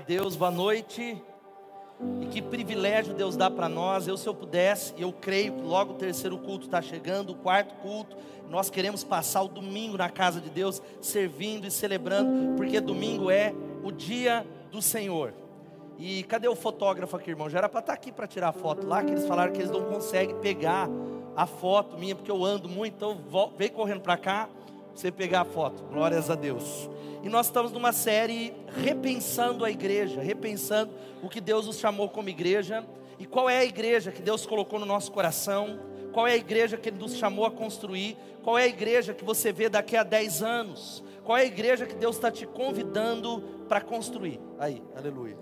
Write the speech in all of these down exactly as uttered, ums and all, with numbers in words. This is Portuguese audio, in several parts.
Deus, boa noite. E que privilégio Deus dá para nós. Eu, se eu pudesse, eu creio que logo o terceiro culto está chegando, o quarto culto. Nós queremos passar o domingo na casa de Deus, servindo e celebrando, porque domingo é o dia do Senhor. E cadê o fotógrafo aqui, irmão? Já era para estar aqui para tirar a foto lá, que eles falaram que eles não conseguem pegar a foto minha, porque eu ando muito, então vem correndo para cá, para você pegar a foto. Glórias a Deus. E nós estamos numa série repensando a igreja, repensando o que Deus nos chamou como igreja, e qual é a igreja que Deus colocou no nosso coração, qual é a igreja que Ele nos chamou a construir, qual é a igreja que você vê daqui a dez anos, qual é a igreja que Deus está te convidando para construir. Aí, aleluia.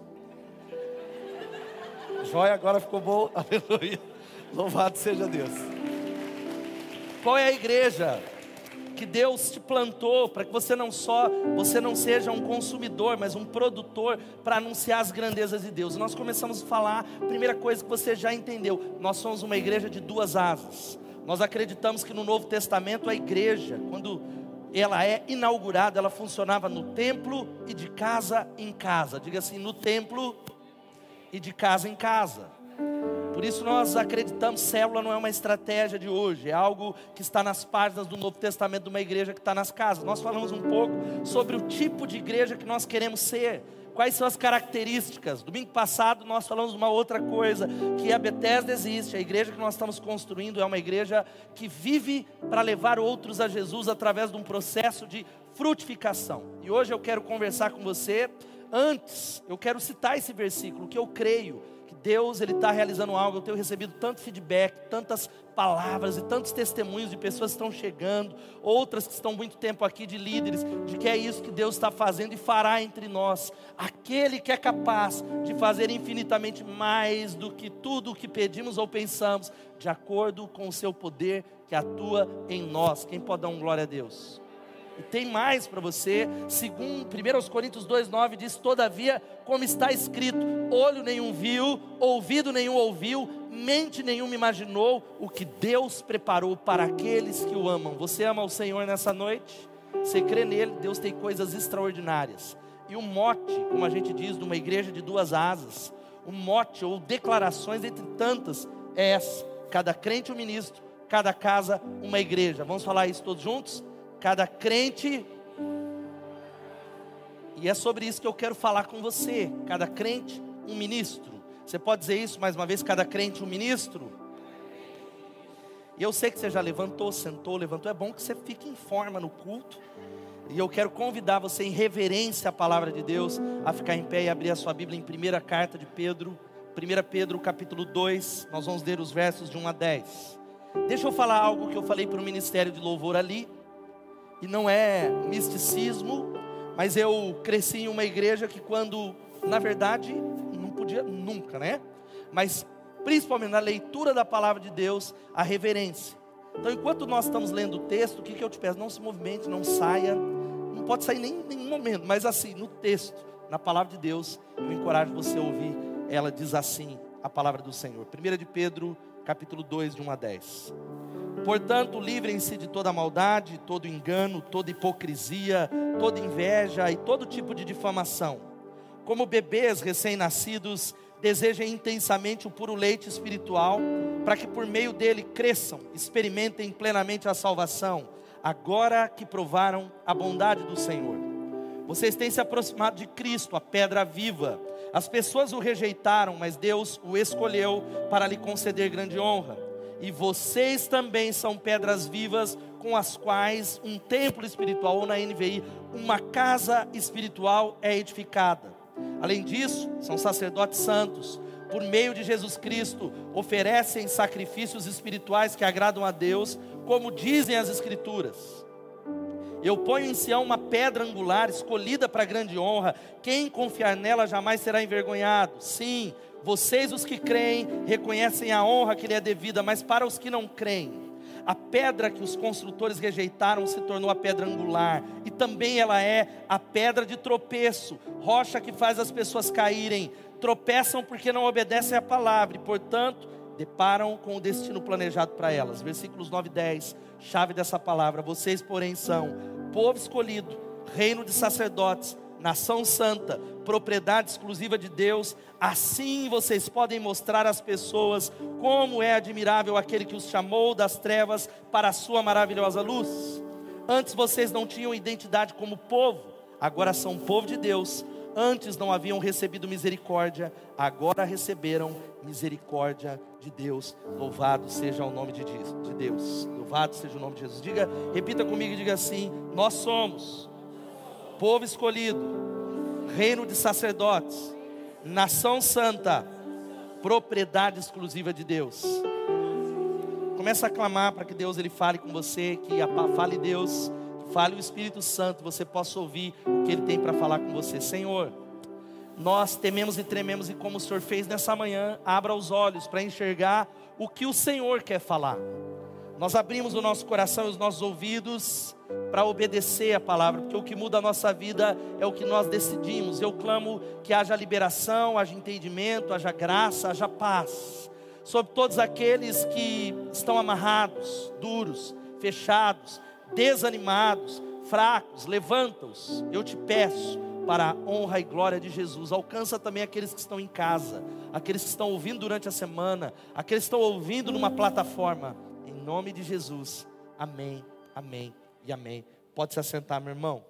Joia, agora ficou bom, aleluia. Louvado seja Deus. Qual é a igreja que Deus te plantou para que você não só, você não seja um consumidor, mas um produtor para anunciar as grandezas de Deus. Nós começamos a falar, primeira coisa que você já entendeu, nós somos uma igreja de duas asas. Nós acreditamos que no Novo Testamento a igreja, quando ela é inaugurada, ela funcionava no templo e de casa em casa. Diga assim, no templo e de casa em casa. Por isso nós acreditamos, célula não é uma estratégia de hoje, é algo que está nas páginas do Novo Testamento de uma igreja que está nas casas. Nós falamos um pouco sobre o tipo de igreja que nós queremos ser, quais são as características. Domingo passado nós falamos de uma outra coisa, que a Bethesda existe, a igreja que nós estamos construindo é uma igreja que vive para levar outros a Jesus através de um processo de frutificação. E hoje eu quero conversar com você. Antes, eu quero citar esse versículo, que eu creio que Deus, Ele está realizando algo. Eu tenho recebido tanto feedback, tantas palavras e tantos testemunhos de pessoas que estão chegando, outras que estão muito tempo aqui, de líderes, de que é isso que Deus está fazendo e fará entre nós. Aquele que é capaz de fazer infinitamente mais do que tudo o que pedimos ou pensamos, de acordo com o seu poder que atua em nós. Quem pode dar um glória a Deus? E tem mais para você, segundo primeira Coríntios dois, nove diz: todavia, como está escrito, olho nenhum viu, ouvido nenhum ouviu, mente nenhuma imaginou o que Deus preparou para aqueles que o amam. Você ama o Senhor nessa noite? Você crê nele? Deus tem coisas extraordinárias. E o mote, como a gente diz, de uma igreja de duas asas, o mote ou declarações entre tantas é essa: cada crente um ministro, cada casa uma igreja. Vamos falar isso todos juntos? Cada crente, e é sobre isso que eu quero falar com você. Cada crente, um ministro. Você pode dizer isso mais uma vez? Cada crente, um ministro. E eu sei que você já levantou, sentou, levantou. É bom que você fique em forma no culto. E eu quero convidar você, em reverência à palavra de Deus, a ficar em pé e abrir a sua Bíblia em primeira carta de Pedro, primeira Pedro capítulo dois. Nós vamos ler os versos de um a dez. Deixa eu falar algo que eu falei para o Ministério de Louvor ali. E não é misticismo, mas eu cresci em uma igreja que quando, na verdade, não podia nunca, né? Mas principalmente na leitura da palavra de Deus, a reverência. Então enquanto nós estamos lendo o texto, o que, que eu te peço? Não se movimente, não saia, não pode sair nem em nenhum momento, mas assim, no texto, na palavra de Deus, eu encorajo você a ouvir. Ela diz assim, a palavra do Senhor. primeira de Pedro, capítulo dois, de um a dez. Portanto, livrem-se de toda maldade, todo engano, toda hipocrisia, toda inveja e todo tipo de difamação. Como bebês recém-nascidos, desejem intensamente o puro leite espiritual, para que por meio dele cresçam, experimentem plenamente a salvação, agora que provaram a bondade do Senhor. Vocês têm se aproximado de Cristo, a pedra viva. As pessoas o rejeitaram, mas Deus o escolheu para lhe conceder grande honra. E vocês também são pedras vivas com as quais um templo espiritual, ou na N V I, uma casa espiritual é edificada. Além disso, são sacerdotes santos. Por meio de Jesus Cristo, oferecem sacrifícios espirituais que agradam a Deus, como dizem as Escrituras. Eu ponho em Sião uma pedra angular, escolhida para grande honra. Quem confiar nela jamais será envergonhado. Sim, vocês os que creem, reconhecem a honra que lhe é devida. Mas para os que não creem, a pedra que os construtores rejeitaram se tornou a pedra angular. E também ela é a pedra de tropeço, rocha que faz as pessoas caírem. Tropeçam porque não obedecem à palavra e, portanto, deparam com o destino planejado para elas. Versículos nove e dez, chave dessa palavra. Vocês, porém, são povo escolhido, reino de sacerdotes, nação santa, propriedade exclusiva de Deus. Assim vocês podem mostrar às pessoas como é admirável aquele que os chamou das trevas para a sua maravilhosa luz. Antes vocês não tinham identidade como povo, agora são povo de Deus. Antes não haviam recebido misericórdia, agora receberam misericórdia de Deus. Louvado seja o nome de Deus. Louvado seja o nome de Jesus. Diga, repita comigo e diga assim: nós somos povo escolhido, reino de sacerdotes, nação santa, propriedade exclusiva de Deus. Começa a clamar para que Deus ele fale com você, que a, fale Deus, fale o Espírito Santo, você possa ouvir o que Ele tem para falar com você. Senhor, nós tememos e trememos, e como o Senhor fez nessa manhã, abra os olhos para enxergar o que o Senhor quer falar. Nós abrimos o nosso coração e os nossos ouvidos para obedecer a palavra, porque o que muda a nossa vida é o que nós decidimos. Eu clamo que haja liberação, haja entendimento, haja graça, haja paz sobre todos aqueles que estão amarrados, duros, fechados, desanimados, fracos. Levanta-os, eu te peço, para a honra e glória de Jesus. Alcança também aqueles que estão em casa, aqueles que estão ouvindo durante a semana, aqueles que estão ouvindo numa plataforma. Em nome de Jesus, amém, amém e amém. Pode se assentar, meu irmão.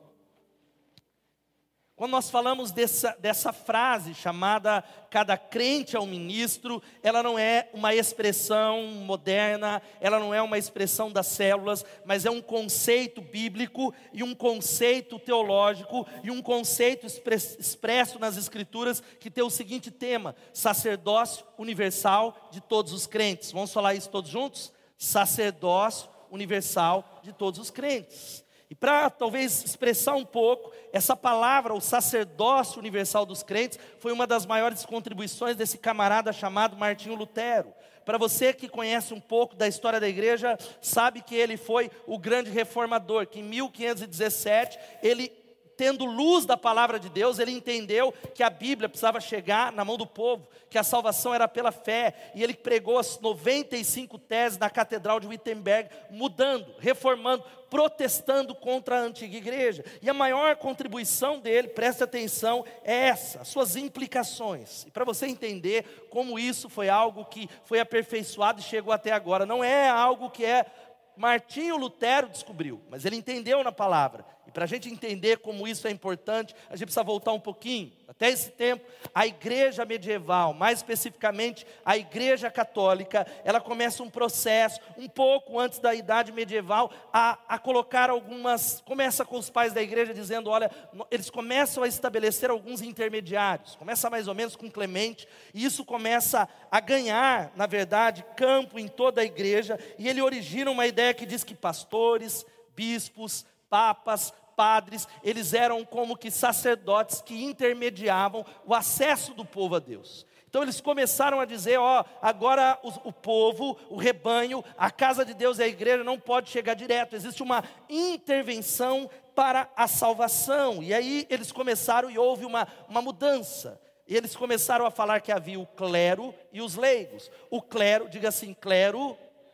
Quando nós falamos dessa, dessa frase chamada cada crente é um ministro, ela não é uma expressão moderna, ela não é uma expressão das células, mas é um conceito bíblico e um conceito teológico e um conceito expresso nas Escrituras que tem o seguinte tema: sacerdócio universal de todos os crentes. Vamos falar isso todos juntos? Sacerdócio universal de todos os crentes. E para talvez expressar um pouco, essa palavra, o sacerdócio universal dos crentes, foi uma das maiores contribuições desse camarada chamado Martinho Lutero. Para você que conhece um pouco da história da igreja, sabe que ele foi o grande reformador, que em mil quinhentos e dezessete, ele, tendo luz da palavra de Deus, ele entendeu que a Bíblia precisava chegar na mão do povo, que a salvação era pela fé, e ele pregou as noventa e cinco teses na Catedral de Wittenberg, mudando, reformando, protestando contra a antiga igreja. E a maior contribuição dele, preste atenção, é essa, as suas implicações. E para você entender como isso foi algo que foi aperfeiçoado e chegou até agora, não é algo que é Martinho Lutero descobriu, mas ele entendeu na palavra. E para a gente entender como isso é importante, a gente precisa voltar um pouquinho. Até esse tempo, a igreja medieval, mais especificamente a igreja católica, ela começa um processo, um pouco antes da idade medieval, a, a colocar algumas, começa com os pais da igreja dizendo, olha, eles começam a estabelecer alguns intermediários, começa mais ou menos com Clemente, e isso começa a ganhar, na verdade, campo em toda a igreja, e ele origina uma ideia que diz que pastores, bispos, papas, padres, eles eram como que sacerdotes que intermediavam o acesso do povo a Deus. Então eles começaram a dizer, ó, agora o, o povo, o rebanho, a casa de Deus e a igreja não pode chegar direto, existe uma intervenção para a salvação. E aí eles começaram e houve uma, uma mudança. E eles começaram a falar que havia o clero e os leigos. O clero, diga assim, clero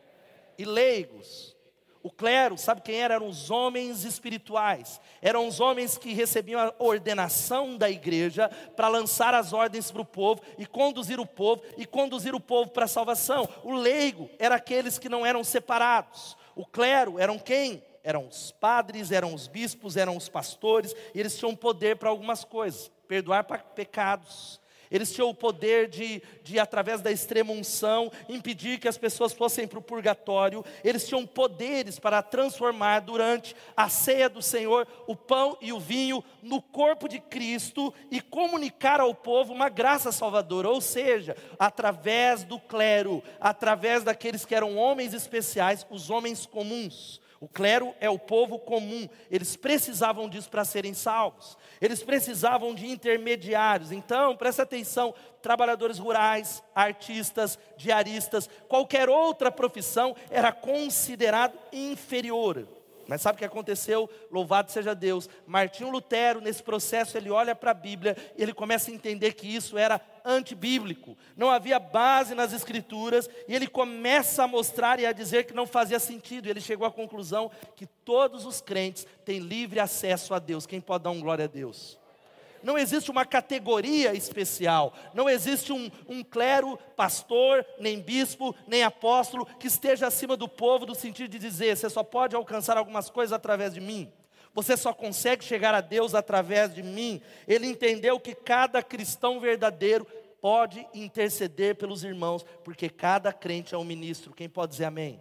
e leigos. O clero, sabe quem era? Eram os homens espirituais. Eram os homens que recebiam a ordenação da igreja para lançar as ordens para o povo e conduzir o povo e conduzir o povo para a salvação. O leigo era aqueles que não eram separados. O clero eram quem? Eram os padres, eram os bispos, eram os pastores, e eles tinham poder para algumas coisas, perdoar pecados. Eles tinham o poder de, de, através da extrema unção, impedir que as pessoas fossem para o purgatório. Eles tinham poderes para transformar durante a ceia do Senhor o pão e o vinho no corpo de Cristo e comunicar ao povo uma graça salvadora. Ou seja, através do clero, através daqueles que eram homens especiais, os homens comuns. O clero é o povo comum, eles precisavam disso para serem salvos, eles precisavam de intermediários. Então, presta atenção, trabalhadores rurais, artistas, diaristas, qualquer outra profissão era considerado inferior. Mas sabe o que aconteceu? Louvado seja Deus. Martinho Lutero, nesse processo, ele olha para a Bíblia e ele começa a entender que isso era antibíblico. Não havia base nas Escrituras e ele começa a mostrar e a dizer que não fazia sentido. E ele chegou à conclusão que todos os crentes têm livre acesso a Deus. Quem pode dar um glória a Deus? não existe uma categoria especial, não existe um, um clero, pastor, nem bispo, nem apóstolo, que esteja acima do povo, no sentido de dizer, você só pode alcançar algumas coisas através de mim. Você só consegue chegar a Deus através de mim. Ele entendeu que cada cristão verdadeiro pode interceder pelos irmãos, porque cada crente é um ministro. Quem pode dizer amém?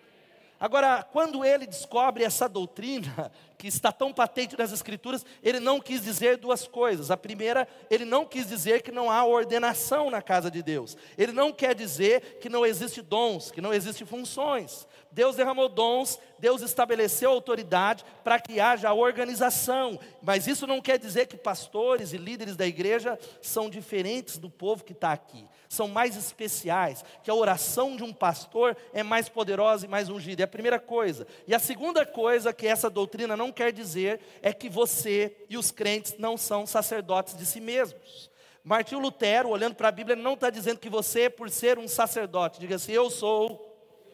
Agora, quando ele descobre essa doutrina, que está tão patente nas Escrituras, ele não quis dizer duas coisas. A primeira, ele não quis dizer que não há ordenação na casa de Deus. Ele não quer dizer que não existe dons, que não existe funções. Deus derramou dons, Deus estabeleceu autoridade para que haja organização. Mas isso não quer dizer que pastores e líderes da igreja são diferentes do povo que está aqui. São mais especiais, que a oração de um pastor é mais poderosa e mais ungida. É a primeira coisa. E a segunda coisa que essa doutrina não quer dizer é que você e os crentes não são sacerdotes de si mesmos. Martinho Lutero, olhando para a Bíblia, não está dizendo que você, por ser um sacerdote, diga assim, eu sou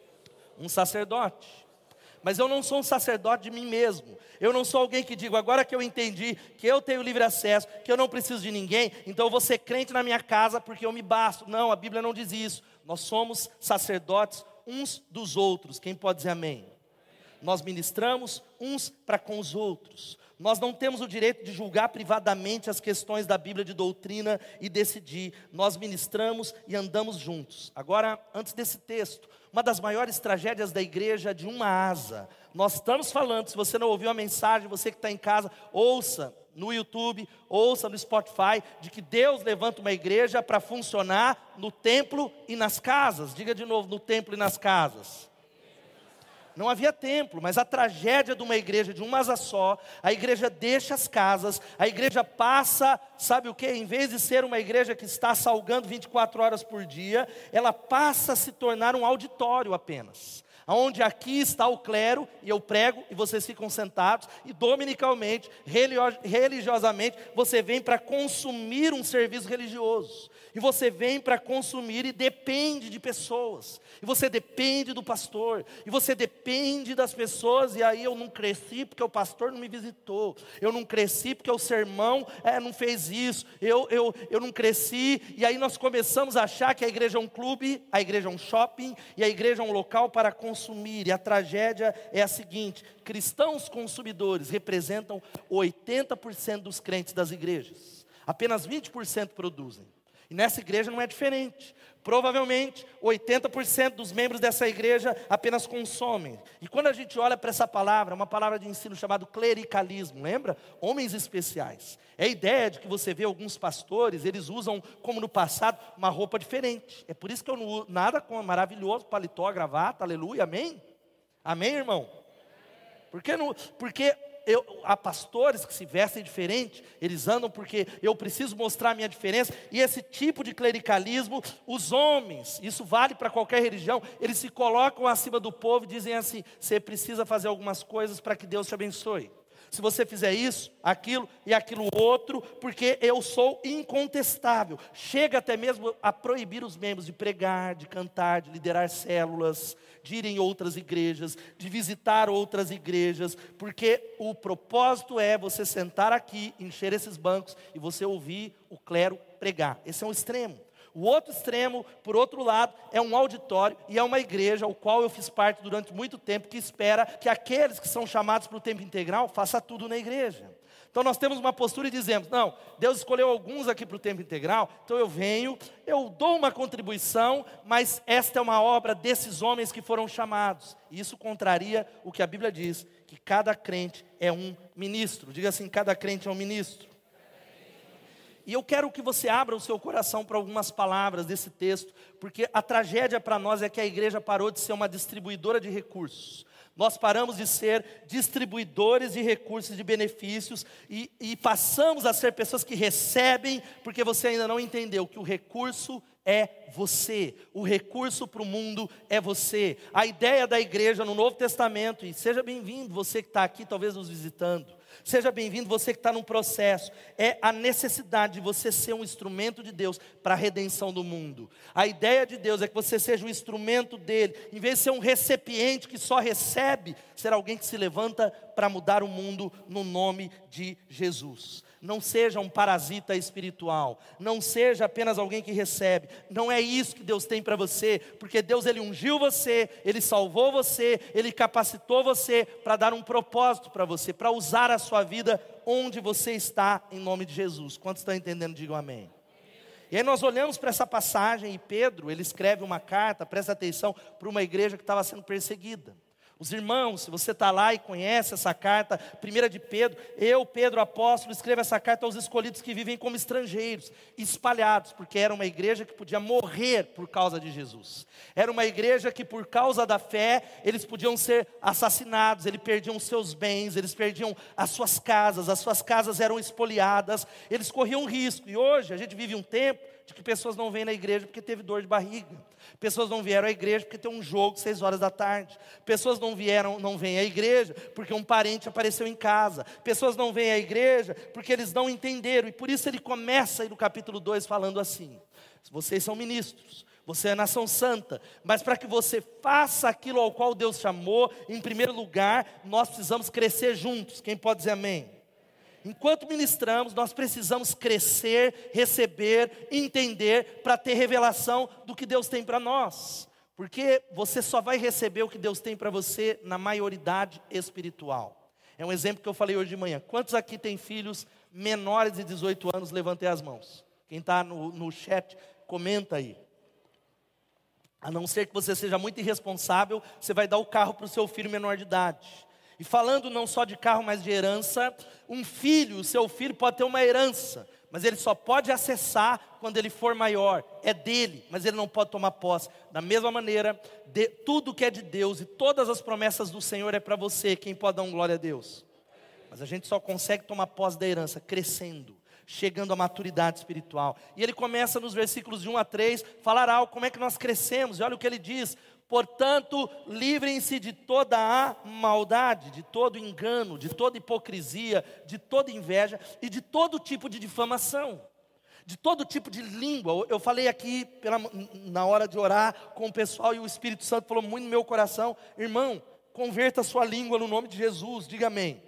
um sacerdote. Mas eu não sou um sacerdote de mim mesmo. Eu não sou alguém que digo, agora que eu entendi que eu tenho livre acesso, que eu não preciso de ninguém, então eu vou ser crente na minha casa porque eu me basto. Não, a Bíblia não diz isso. Nós somos sacerdotes uns dos outros. Quem pode dizer amém? Nós ministramos uns para com os outros. Nós não temos o direito de julgar privadamente as questões da Bíblia de doutrina e decidir. Nós ministramos e andamos juntos. Agora, antes desse texto, uma das maiores tragédias da igreja de uma asa. Nós estamos falando, se você não ouviu a mensagem, você que está em casa, ouça no YouTube, ouça no Spotify, de que Deus levanta uma igreja para funcionar no templo e nas casas. Diga de novo, no templo e nas casas. Não havia templo, mas a tragédia de uma igreja, de uma asa só, a igreja deixa as casas, a igreja passa, sabe o que? Em vez de ser uma igreja que está salgando vinte e quatro horas por dia, ela passa a se tornar um auditório apenas. Onde aqui está o clero, e eu prego, e vocês ficam sentados, e dominicalmente, religiosamente, você vem para consumir um serviço religioso. E você vem para consumir e depende de pessoas. E você depende do pastor. E você depende das pessoas. E aí eu não cresci porque o pastor não me visitou. Eu não cresci porque o sermão é, não fez isso. Eu, eu, eu não cresci. E aí nós começamos a achar que a igreja é um clube, a igreja é um shopping, e a igreja é um local para consumir. E a tragédia é a seguinte: cristãos consumidores representam oitenta por cento dos crentes das igrejas. Apenas vinte por cento produzem. E nessa igreja não é diferente. Provavelmente oitenta por cento dos membros dessa igreja apenas consomem. E quando a gente olha para essa palavra, uma palavra de ensino chamado clericalismo, lembra? Homens especiais. É a ideia de que você vê alguns pastores, eles usam, como no passado, uma roupa diferente. É por isso que eu não uso nada com maravilhoso, paletó, gravata, aleluia, amém? Amém, irmão? Porque, não, porque eu, há pastores que se vestem diferente, eles andam porque eu preciso mostrar a minha diferença, e esse tipo de clericalismo, os homens, isso vale para qualquer religião, eles se colocam acima do povo e dizem assim, você precisa fazer algumas coisas para que Deus te abençoe. Se você fizer isso, aquilo e aquilo outro, porque eu sou incontestável. Chega até mesmo a proibir os membros de pregar, de cantar, de liderar células, de ir em outras igrejas, de visitar outras igrejas, porque o propósito é você sentar aqui, encher esses bancos e você ouvir o clero pregar. Esse é um extremo. O outro extremo, por outro lado, é um auditório e é uma igreja, ao qual eu fiz parte durante muito tempo, que espera que aqueles que são chamados para o tempo integral, façam tudo na igreja. Então nós temos uma postura e dizemos, não, Deus escolheu alguns aqui para o tempo integral, então eu venho, eu dou uma contribuição, mas esta é uma obra desses homens que foram chamados. E isso contraria o que a Bíblia diz, que cada crente é um ministro. Diga assim, cada crente é um ministro. E eu quero que você abra o seu coração para algumas palavras desse texto, porque a tragédia para nós é que a igreja parou de ser uma distribuidora de recursos. Nós paramos de ser distribuidores de recursos, de benefícios, e, e passamos a ser pessoas que recebem, porque você ainda não entendeu que o recurso é você, o recurso para o mundo é você. A ideia da igreja no Novo Testamento, e seja bem-vindo você que está aqui, talvez nos visitando, seja bem-vindo você que está num processo, é a necessidade de você ser um instrumento de Deus para a redenção do mundo. A ideia de Deus é que você seja um instrumento dele, em vez de ser um recipiente que só recebe, ser alguém que se levanta para mudar o mundo no nome de Jesus. Não seja um parasita espiritual, não seja apenas alguém que recebe. Não é isso que Deus tem para você, porque Deus ele ungiu você, Ele salvou você, Ele capacitou você para dar um propósito para você, para usar a sua vida onde você está, em nome de Jesus. Quantos estão entendendo, digam amém. E aí nós olhamos para essa passagem e Pedro, ele escreve uma carta, presta atenção, para uma igreja que estava sendo perseguida. Os irmãos, se você está lá e conhece essa carta, primeira de Pedro, eu, Pedro, apóstolo, escrevo essa carta aos escolhidos que vivem como estrangeiros, espalhados, porque era uma igreja que podia morrer por causa de Jesus. Era uma igreja que por causa da fé, eles podiam ser assassinados, eles perdiam os seus bens, eles perdiam as suas casas, as suas casas eram espoliadas, eles corriam risco. E hoje a gente vive um tempo de que pessoas não vêm na igreja porque teve dor de barriga. Pessoas não vieram à igreja porque tem um jogo seis horas da tarde. Pessoas não vieram, não vêm à igreja porque um parente apareceu em casa. Pessoas não vêm à igreja porque eles não entenderam. E por isso ele começa aí no capítulo dois falando assim: vocês são ministros, você é nação santa, mas para que você faça aquilo ao qual Deus chamou, em primeiro lugar, nós precisamos crescer juntos. Quem pode dizer amém? Enquanto ministramos, nós precisamos crescer, receber, entender, para ter revelação do que Deus tem para nós. Porque você só vai receber o que Deus tem para você na maioridade espiritual. É um exemplo que eu falei hoje de manhã. Quantos aqui têm filhos menores de dezoito anos? Levantem as mãos. Quem está no, no chat, comenta aí. A não ser que você seja muito irresponsável, você vai dar o carro para o seu filho menor de idade. E falando não só de carro, mas de herança, um filho, o seu filho pode ter uma herança, mas ele só pode acessar quando ele for maior. É dele, mas ele não pode tomar posse. Da mesma maneira, de, tudo que é de Deus e todas as promessas do Senhor é para você. Quem pode dar um glória a Deus? Mas a gente só consegue tomar posse da herança crescendo, chegando à maturidade espiritual. E ele começa nos versículos de um a três, falar algo, como é que nós crescemos. E olha o que ele diz: portanto, livrem-se de toda a maldade, de todo engano, de toda hipocrisia, de toda inveja e de todo tipo de difamação, de todo tipo de língua. Eu falei aqui pela, na hora de orar com o pessoal e o Espírito Santo falou muito no meu coração: irmão, converta a sua língua no nome de Jesus, diga amém.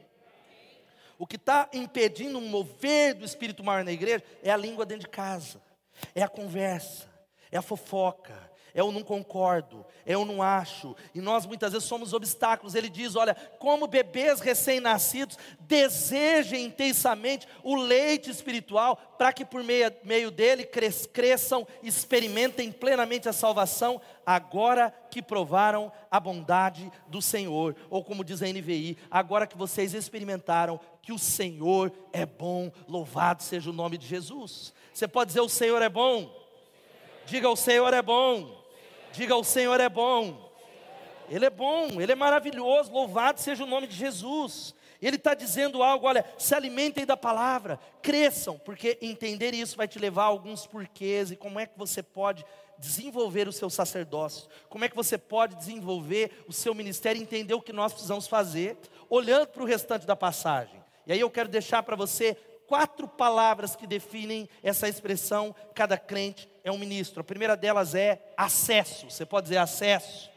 O que está impedindo um mover do Espírito maior na igreja é a língua dentro de casa, é a conversa, é a fofoca, é o não concordo, é o não acho. E nós muitas vezes somos obstáculos. Ele diz, olha, como bebês recém-nascidos, desejem intensamente o leite espiritual, para que por meio, meio dele cres, cresçam, experimentem plenamente a salvação, agora que provaram a bondade do Senhor. Ou como diz a N V I, agora que vocês experimentaram que o Senhor é bom, louvado seja o nome de Jesus. Você pode dizer, o Senhor é bom? Diga, o Senhor é bom. Diga, o Senhor é bom. Ele é bom, Ele é maravilhoso, louvado seja o nome de Jesus. Ele está dizendo algo, olha, se alimentem da palavra, cresçam, porque entender isso vai te levar a alguns porquês, e como é que você pode desenvolver o seu sacerdócio, como é que você pode desenvolver o seu ministério, entender o que nós precisamos fazer, olhando para o restante da passagem. E aí eu quero deixar para você quatro palavras que definem essa expressão, cada crente é um ministro. A primeira delas é acesso. Você pode dizer acesso?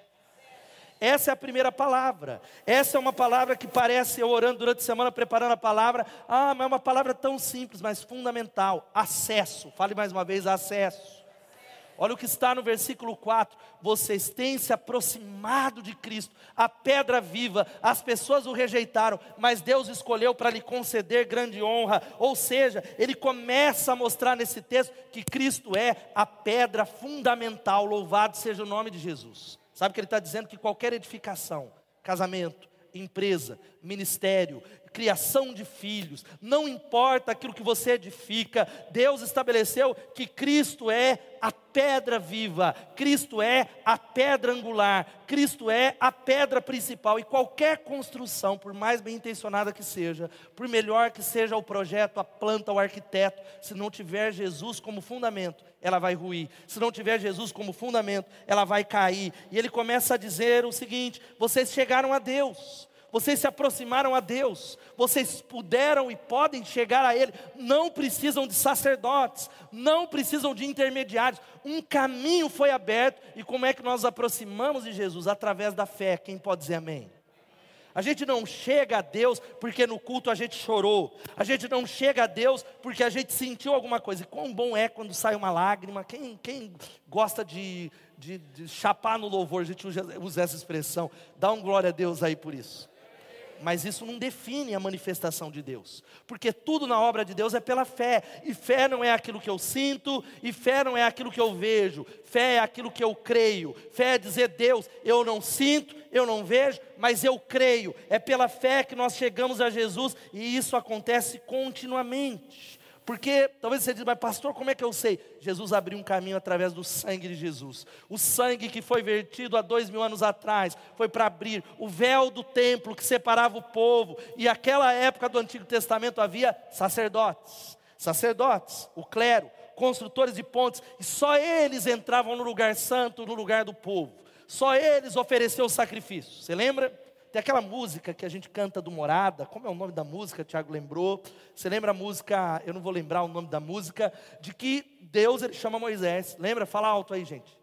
Essa é a primeira palavra. Essa é uma palavra que parece, eu orando durante a semana, preparando a palavra, ah, mas é uma palavra tão simples, mas fundamental. Acesso. Fale mais uma vez, acesso. Olha o que está no versículo quatro, vocês têm se aproximado de Cristo, a pedra viva, as pessoas o rejeitaram, mas Deus escolheu para lhe conceder grande honra. Ou seja, ele começa a mostrar nesse texto que Cristo é a pedra fundamental, louvado seja o nome de Jesus. Sabe que ele está dizendo que qualquer edificação, casamento, empresa, ministério, criação de filhos, não importa aquilo que você edifica, Deus estabeleceu que Cristo é a pedra viva, Cristo é a pedra angular, Cristo é a pedra principal, e qualquer construção, por mais bem intencionada que seja, por melhor que seja o projeto, a planta, o arquiteto, se não tiver Jesus como fundamento, ela vai ruir. Se não tiver Jesus como fundamento, ela vai cair. E ele começa a dizer o seguinte: vocês chegaram a Deus, vocês se aproximaram a Deus, vocês puderam e podem chegar a Ele, não precisam de sacerdotes, não precisam de intermediários, um caminho foi aberto. E como é que nós nos aproximamos de Jesus? Através da fé. Quem pode dizer amém? A gente não chega a Deus porque no culto a gente chorou. A gente não chega a Deus porque a gente sentiu alguma coisa. E quão bom é quando sai uma lágrima. Quem, quem gosta de, de, de chapar no louvor, a gente usa, usa essa expressão. Dá um glória a Deus aí por isso. Mas isso não define a manifestação de Deus. Porque tudo na obra de Deus é pela fé. E fé não é aquilo que eu sinto. E fé não é aquilo que eu vejo. Fé é aquilo que eu creio. Fé é dizer, Deus, eu não sinto, eu não vejo, mas eu creio. É pela fé que nós chegamos a Jesus. E isso acontece continuamente. Porque, talvez você diga, mas pastor, como é que eu sei? Jesus abriu um caminho através do sangue de Jesus. O sangue que foi vertido há dois mil anos atrás, foi para abrir o véu do templo que separava o povo. E naquela época do Antigo Testamento havia sacerdotes. Sacerdotes, o clero, construtores de pontes. E só eles entravam no lugar santo, no lugar do povo. Só eles ofereciam o sacrifício. Você lembra? Tem aquela música que a gente canta do Morada. Como é o nome da música? Tiago lembrou. Você lembra a música? Eu não vou lembrar o nome da música. De que Deus, ele chama Moisés. Lembra? Fala alto aí, gente.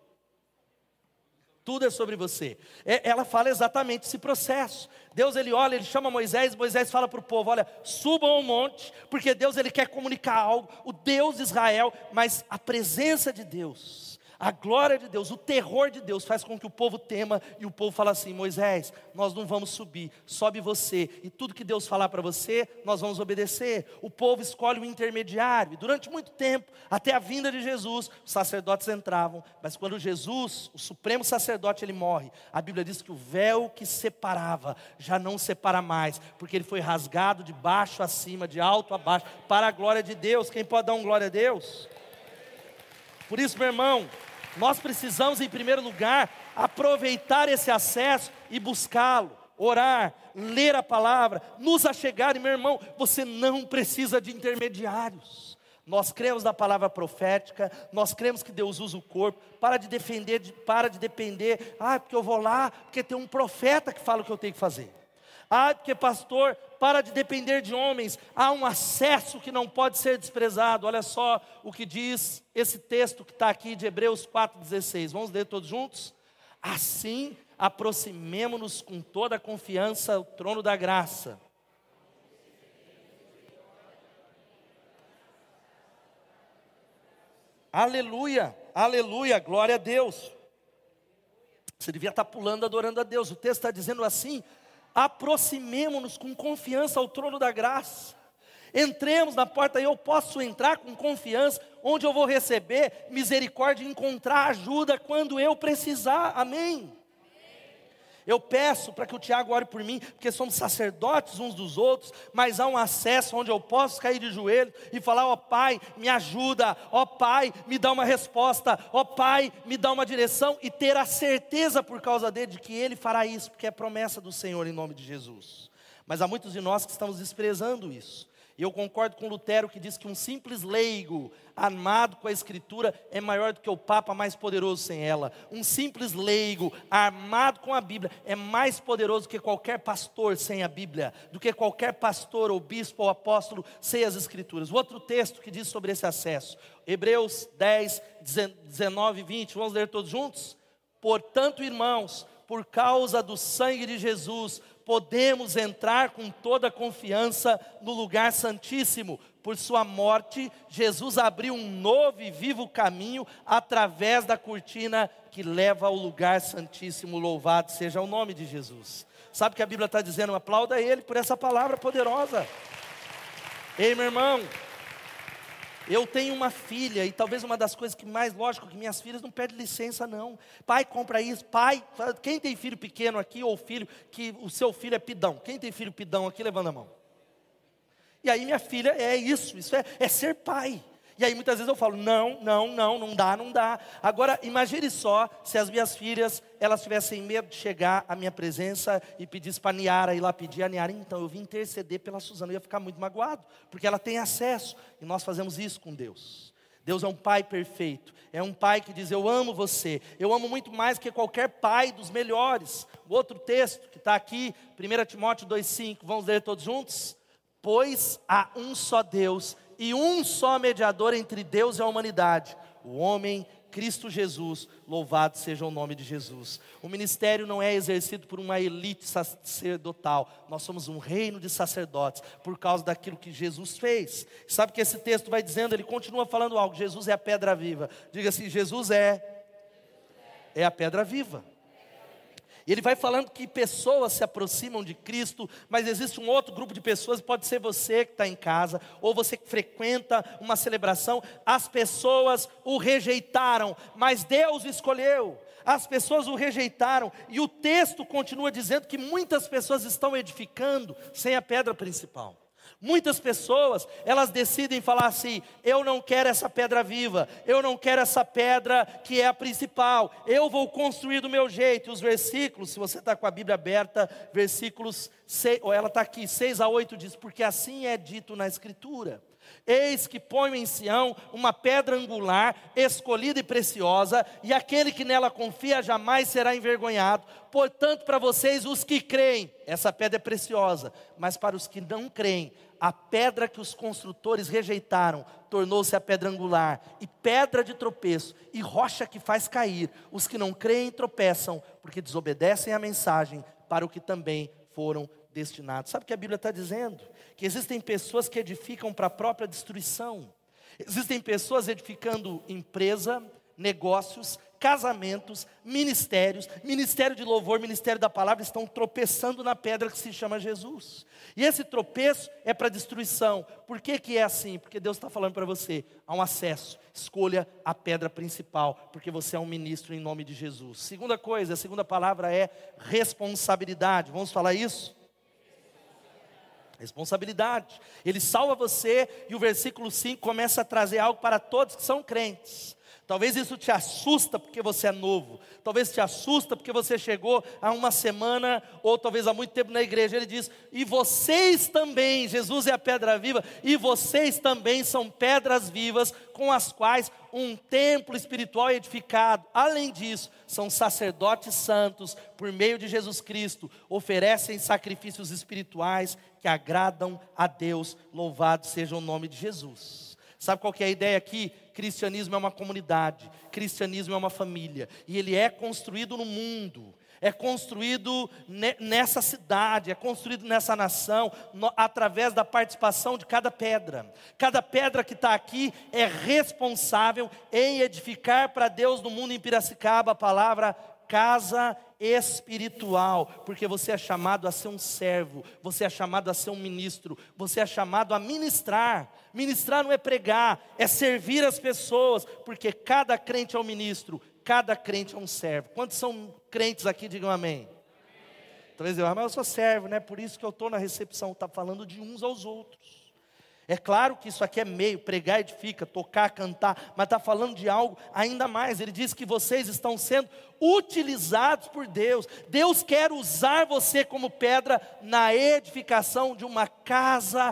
Tudo é sobre você. É, ela fala exatamente esse processo. Deus, ele olha, ele chama Moisés. Moisés fala para o povo, olha, subam ao monte. Porque Deus, ele quer comunicar algo. O Deus de Israel, mas a presença de Deus, a glória de Deus, o terror de Deus faz com que o povo tema. E o povo fala assim, Moisés, nós não vamos subir, sobe você. E tudo que Deus falar para você, nós vamos obedecer. O povo escolhe um intermediário. E durante muito tempo, até a vinda de Jesus, os sacerdotes entravam. Mas quando Jesus, o supremo sacerdote, ele morre, a Bíblia diz que o véu que separava, já não separa mais. Porque ele foi rasgado de baixo a cima, de alto a baixo, para a glória de Deus. Quem pode dar um glória a Deus? Por isso, meu irmão, nós precisamos, em primeiro lugar, aproveitar esse acesso e buscá-lo, orar, ler a palavra, nos achegar. E meu irmão, você não precisa de intermediários. Nós cremos na palavra profética, nós cremos que Deus usa o corpo. Para de defender, de, para de depender, ah, porque eu vou lá, porque tem um profeta que fala o que eu tenho que fazer. Ah, porque pastor, para de depender de homens. Há um acesso que não pode ser desprezado. Olha só o que diz esse texto que está aqui de Hebreus quatro, dezesseis. Vamos ler todos juntos? Assim, aproximemo-nos com toda a confiança ao trono da graça. Aleluia, aleluia, glória a Deus. Você devia estar pulando, adorando a Deus. O texto está dizendo assim: aproximemo-nos com confiança ao trono da graça. Entremos na porta, e eu posso entrar com confiança, onde eu vou receber misericórdia e encontrar ajuda quando eu precisar, amém? Eu peço para que o Tiago ore por mim, porque somos sacerdotes uns dos outros, mas há um acesso onde eu posso cair de joelho e falar, ó Pai, me ajuda, ó Pai, me dá uma resposta, ó Pai, me dá uma direção, e ter a certeza por causa dele de que Ele fará isso, porque é promessa do Senhor em nome de Jesus. Mas há muitos de nós que estamos desprezando isso. E eu concordo com Lutero, que diz que um simples leigo armado com a Escritura é maior do que o Papa mais poderoso sem ela. Um simples leigo armado com a Bíblia é mais poderoso do que qualquer pastor sem a Bíblia, do que qualquer pastor ou bispo ou apóstolo sem as Escrituras. O outro texto que diz sobre esse acesso, Hebreus dez, dezenove e vinte, vamos ler todos juntos? Portanto, irmãos, por causa do sangue de Jesus, podemos entrar com toda a confiança no lugar santíssimo. Por sua morte, Jesus abriu um novo e vivo caminho através da cortina que leva ao lugar santíssimo. Louvado seja o nome de Jesus. Sabe o que a Bíblia está dizendo? Aplauda Ele por essa palavra poderosa. Ei, meu irmão, eu tenho uma filha, e talvez uma das coisas que mais, lógico, que minhas filhas não pedem licença não. Pai, compra isso, pai, quem tem filho pequeno aqui, ou filho, que o seu filho é pidão? Quem tem filho pidão aqui, levanta a mão. E aí minha filha, é isso, isso é, é ser pai. E aí muitas vezes eu falo, não, não, não, não dá, não dá. Agora, imagine só, se as minhas filhas, elas tivessem medo de chegar à minha presença e pedisse para a Niara ir lá pedir. A Niara, então, eu vim interceder pela Suzana, eu ia ficar muito magoado, porque ela tem acesso, e nós fazemos isso com Deus. Deus é um pai perfeito, é um pai que diz, eu amo você, eu amo muito mais que qualquer pai dos melhores. O outro texto que está aqui, primeiro Timóteo dois, cinco, vamos ler todos juntos? Pois há um só Deus, e um só mediador entre Deus e a humanidade, o homem Cristo Jesus, louvado seja o nome de Jesus. O ministério não é exercido por uma elite sacerdotal, nós somos um reino de sacerdotes, por causa daquilo que Jesus fez. Sabe o que esse texto vai dizendo? Ele continua falando algo, Jesus é a pedra viva. Diga assim, Jesus é, é a pedra viva. Ele vai falando que pessoas se aproximam de Cristo, mas existe um outro grupo de pessoas, pode ser você que está em casa, ou você que frequenta uma celebração. As pessoas o rejeitaram, mas Deus o escolheu. As pessoas o rejeitaram, e o texto continua dizendo que muitas pessoas estão edificando sem a pedra principal. Muitas pessoas, elas decidem falar assim, eu não quero essa pedra viva, eu não quero essa pedra que é a principal, eu vou construir do meu jeito. E os versículos, se você está com a Bíblia aberta, versículos, seis, ou ela está aqui, seis a oito diz, porque assim é dito na Escritura. Eis que ponho em Sião uma pedra angular, escolhida e preciosa, e aquele que nela confia jamais será envergonhado. Portanto, para vocês, os que creem, essa pedra é preciosa, mas para os que não creem, a pedra que os construtores rejeitaram, tornou-se a pedra angular, e pedra de tropeço, e rocha que faz cair. Os que não creem tropeçam, porque desobedecem à mensagem, para o que também foram destinados. Sabe o que a Bíblia está dizendo? Que existem pessoas que edificam para a própria destruição. Existem pessoas edificando empresa, negócios, casamentos, ministérios, ministério de louvor, ministério da palavra, estão tropeçando na pedra que se chama Jesus. E esse tropeço é para destruição. Por que que é assim? Porque Deus está falando para você, há um acesso, escolha a pedra principal, porque você é um ministro em nome de Jesus. Segunda coisa, a segunda palavra é responsabilidade. Vamos falar isso? Responsabilidade. Ele salva você, e o versículo cinco começa a trazer algo para todos que são crentes. Talvez isso te assusta porque você é novo, talvez te assusta porque você chegou há uma semana, ou talvez há muito tempo na igreja. Ele diz, e vocês também, Jesus é a pedra viva, e vocês também são pedras vivas, com as quais um templo espiritual é edificado. Além disso, são sacerdotes santos, por meio de Jesus Cristo, oferecem sacrifícios espirituais que agradam a Deus. Louvado seja o nome de Jesus. Sabe qual que é a ideia aqui? Cristianismo é uma comunidade, cristianismo é uma família, e ele é construído no mundo, é construído ne- nessa cidade, é construído nessa nação, no, através da participação de cada pedra. Cada pedra que está aqui é responsável em edificar para Deus no mundo. Em Piracicaba, a palavra casa espiritual, porque você é chamado a ser um servo, você é chamado a ser um ministro, você é chamado a ministrar. Ministrar não é pregar, é servir as pessoas, porque cada crente é um ministro, cada crente é um servo. Quantos são crentes aqui? Digam amém. Talvez eu, mas eu sou servo, né? Por isso que eu estou na recepção. Está falando de uns aos outros. É claro que isso aqui é meio, pregar edifica, tocar, cantar, mas está falando de algo ainda mais. Ele diz que vocês estão sendo utilizados por Deus. Deus quer usar você como pedra na edificação de uma casa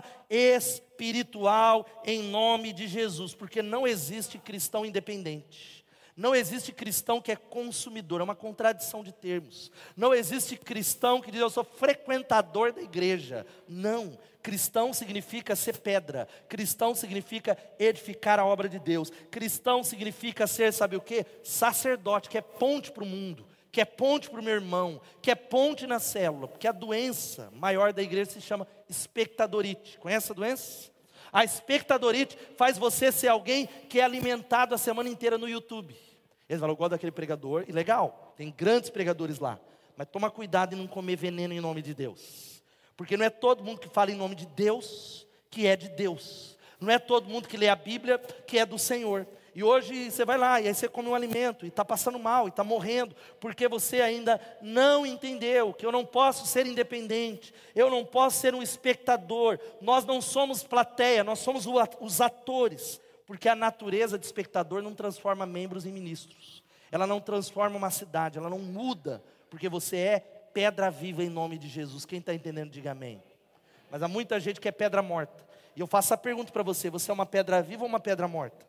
espiritual em nome de Jesus, porque não existe cristão independente. Não existe cristão que é consumidor, é uma contradição de termos. Não existe cristão que diz, eu sou frequentador da igreja. Não, cristão significa ser pedra. Cristão significa edificar a obra de Deus. Cristão significa ser, sabe o quê? Sacerdote, que é ponte para o mundo, que é ponte para o meu irmão, que é ponte na célula. Porque a doença maior da igreja se chama espectadorite. Conhece a doença? A espectadorite faz você ser alguém que é alimentado a semana inteira no YouTube. Eles falam, eu gosto daquele pregador, e legal, tem grandes pregadores lá, mas toma cuidado em não comer veneno em nome de Deus, porque não é todo mundo que fala em nome de Deus, que é de Deus, não é todo mundo que lê a Bíblia, que é do Senhor. E hoje você vai lá, e aí você come um alimento, e está passando mal, e está morrendo, porque você ainda não entendeu que eu não posso ser independente, eu não posso ser um espectador, nós não somos plateia, nós somos os atores, porque a natureza de espectador não transforma membros em ministros, ela não transforma uma cidade, ela não muda, porque você é pedra viva em nome de Jesus. Quem está entendendo, diga amém. Mas há muita gente que é pedra morta, e eu faço a pergunta para você, você é uma pedra viva ou uma pedra morta?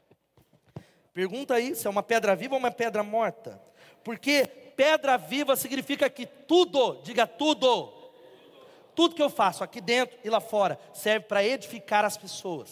Pergunta aí, se é uma pedra viva ou uma pedra morta? Porque pedra viva significa que tudo, diga tudo, tudo que eu faço aqui dentro e lá fora, serve para edificar as pessoas.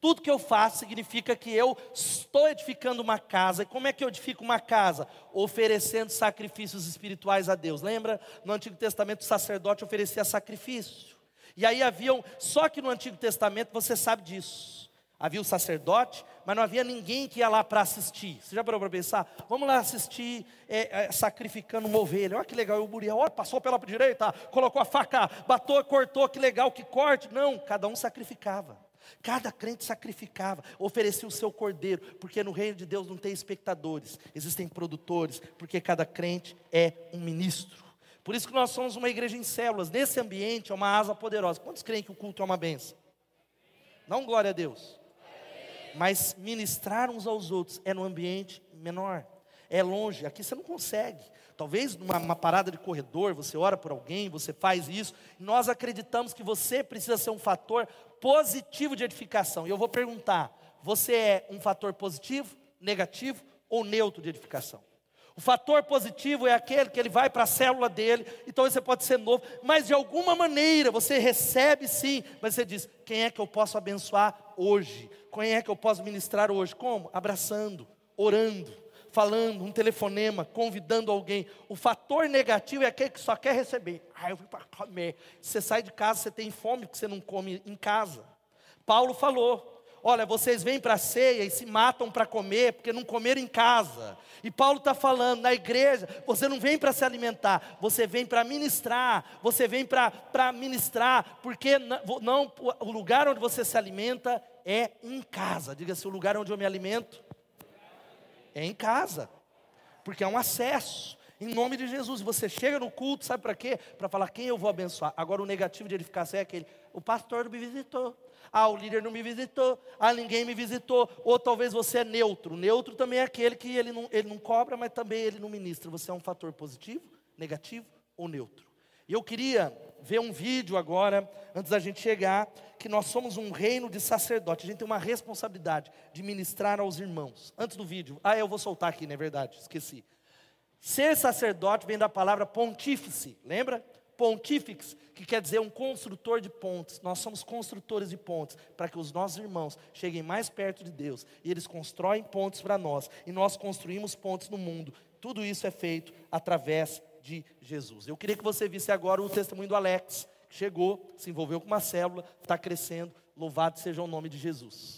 Tudo que eu faço significa que eu estou edificando uma casa. E como é que eu edifico uma casa? Oferecendo sacrifícios espirituais a Deus. Lembra? No Antigo Testamento o sacerdote oferecia sacrifício. E aí haviam, só que no Antigo Testamento você sabe disso. Havia o sacerdote, mas não havia ninguém que ia lá para assistir. Você já parou para pensar? Vamos lá assistir é, é, sacrificando uma ovelha. Olha que legal, o Uriel, olha, passou pela direita, colocou a faca, batou, cortou, que legal, que corte. Não, cada um sacrificava. Cada crente sacrificava, oferecia o seu cordeiro, porque no reino de Deus não tem espectadores, existem produtores, porque cada crente é um ministro. Por isso que nós somos uma igreja em células. Nesse ambiente é uma asa poderosa. Quantos creem que o culto é uma bênção? Não glória a Deus. Mas ministrar uns aos outros é num ambiente menor, é longe, aqui você não consegue. Talvez numa uma parada de corredor, você ora por alguém, você faz isso. Nós acreditamos que você precisa ser um fator positivo de edificação. E eu vou perguntar, você é um fator positivo, negativo ou neutro de edificação? O fator positivo é aquele que ele vai para a célula dele, então você pode ser novo, mas de alguma maneira você recebe sim, mas você diz, quem é que eu posso abençoar hoje? Quem é que eu posso ministrar hoje? Como? Abraçando, orando, falando, um telefonema, convidando alguém. O fator negativo é aquele que só quer receber. Ah, eu vim para comer. Você sai de casa, você tem fome porque você não come em casa. Paulo falou, olha, vocês vêm para a ceia e se matam para comer, porque não comeram em casa. E Paulo está falando, na igreja, você não vem para se alimentar, você vem para ministrar, você vem para ministrar, porque não, não, o lugar onde você se alimenta é em casa. Diga-se, o lugar onde eu me alimento é em casa, porque é um acesso. Em nome de Jesus, você chega no culto, sabe para quê? Para falar quem eu vou abençoar. Agora o negativo de edificação é aquele, o pastor não me visitou, ah, o líder não me visitou, ah, ninguém me visitou. Ou talvez você é neutro. Neutro também é aquele que ele não, ele não cobra, mas também ele não ministra. Você é um fator positivo, negativo ou neutro? E eu queria ver um vídeo agora, antes da gente chegar, que nós somos um reino de sacerdote. A gente tem uma responsabilidade de ministrar aos irmãos. Antes do vídeo, ah, eu vou soltar aqui, não é verdade? Esqueci. Ser sacerdote vem da palavra pontífice, lembra? Pontífex, que quer dizer um construtor de pontes. Nós somos construtores de pontes, para que os nossos irmãos cheguem mais perto de Deus. E eles constroem pontes para nós, e nós construímos pontes no mundo. Tudo isso é feito através de Jesus. Eu queria que você visse agora o testemunho do Alex, que chegou, se envolveu com uma célula, está crescendo. Louvado seja o nome de Jesus.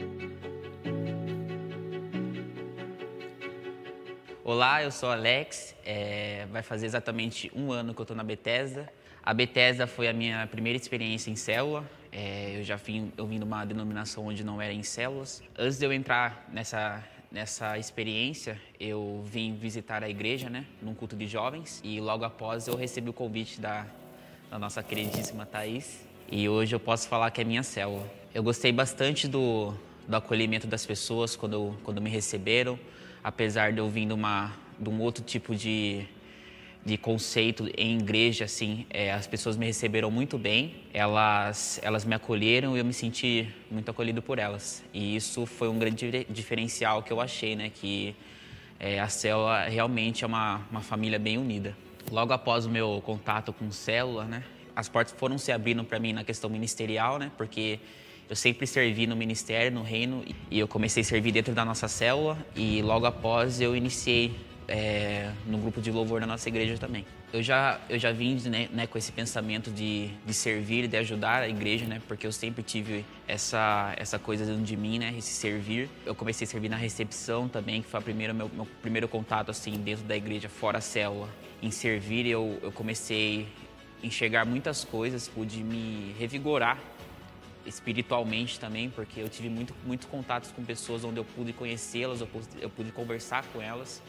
Olá, eu sou o Alex, é, vai fazer exatamente um ano que eu estou na Bethesda. A Bethesda foi a minha primeira experiência em célula, é, eu já vim, eu vim de uma denominação onde não era em células. Antes de eu entrar nessa, nessa experiência, eu vim visitar a igreja, né, num culto de jovens, e logo após eu recebi o convite da, da nossa queridíssima Thaís, e hoje eu posso falar que é minha célula. Eu gostei bastante do, do acolhimento das pessoas quando, quando me receberam. Apesar de eu vir de, uma, de um outro tipo de, de conceito em igreja, assim, é, as pessoas me receberam muito bem, elas, elas me acolheram e eu me senti muito acolhido por elas. E isso foi um grande diferencial que eu achei, né, que é, a célula realmente é uma, uma família bem unida. Logo após o meu contato com célula, né, as portas foram se abrindo para mim na questão ministerial, né, porque eu sempre servi no ministério, no reino, e eu comecei a servir dentro da nossa célula, e logo após eu iniciei é, no grupo de louvor da nossa igreja também. Eu já, eu já vim né, né, com esse pensamento de, de servir, de ajudar a igreja, né, porque eu sempre tive essa, essa coisa dentro de mim, né, esse servir. Eu comecei a servir na recepção também, que foi o primeiro, meu, meu primeiro contato assim, dentro da igreja, fora a célula. Em servir, eu, eu comecei a enxergar muitas coisas, pude me revigorar espiritualmente também, porque eu tive muito, muito contatos com pessoas onde eu pude conhecê-las, eu pude, eu pude conversar com elas,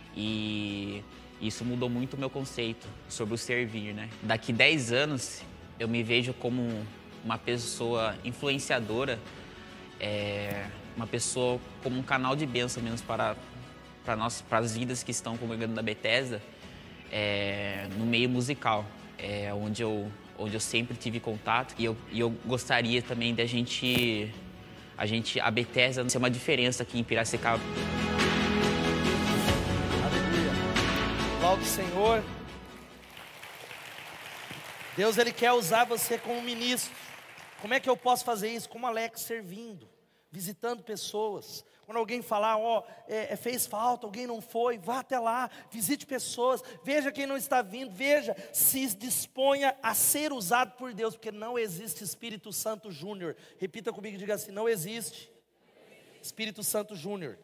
e isso mudou muito o meu conceito sobre o servir, né? Daqui dez anos eu me vejo como uma pessoa influenciadora, é, uma pessoa como um canal de bênção mesmo para, para, nós, para as vidas que estão congregando na Bethesda, é, no meio musical, é, onde eu onde eu sempre tive contato, e eu, e eu gostaria também da gente, a gente, a Bethesda ser uma diferença aqui em Piracicaba. Aleluia. Louvado o Senhor. Deus, Ele quer usar você como ministro. Como é que eu posso fazer isso? Como Alex, servindo. visitando pessoas. Quando alguém falar, ó, é, é, fez falta, alguém não foi, vá até lá, visite pessoas, veja quem não está vindo, veja, se disponha a ser usado por Deus, porque não existe Espírito Santo Júnior. Repita comigo e diga assim, não existe Espírito Santo Júnior.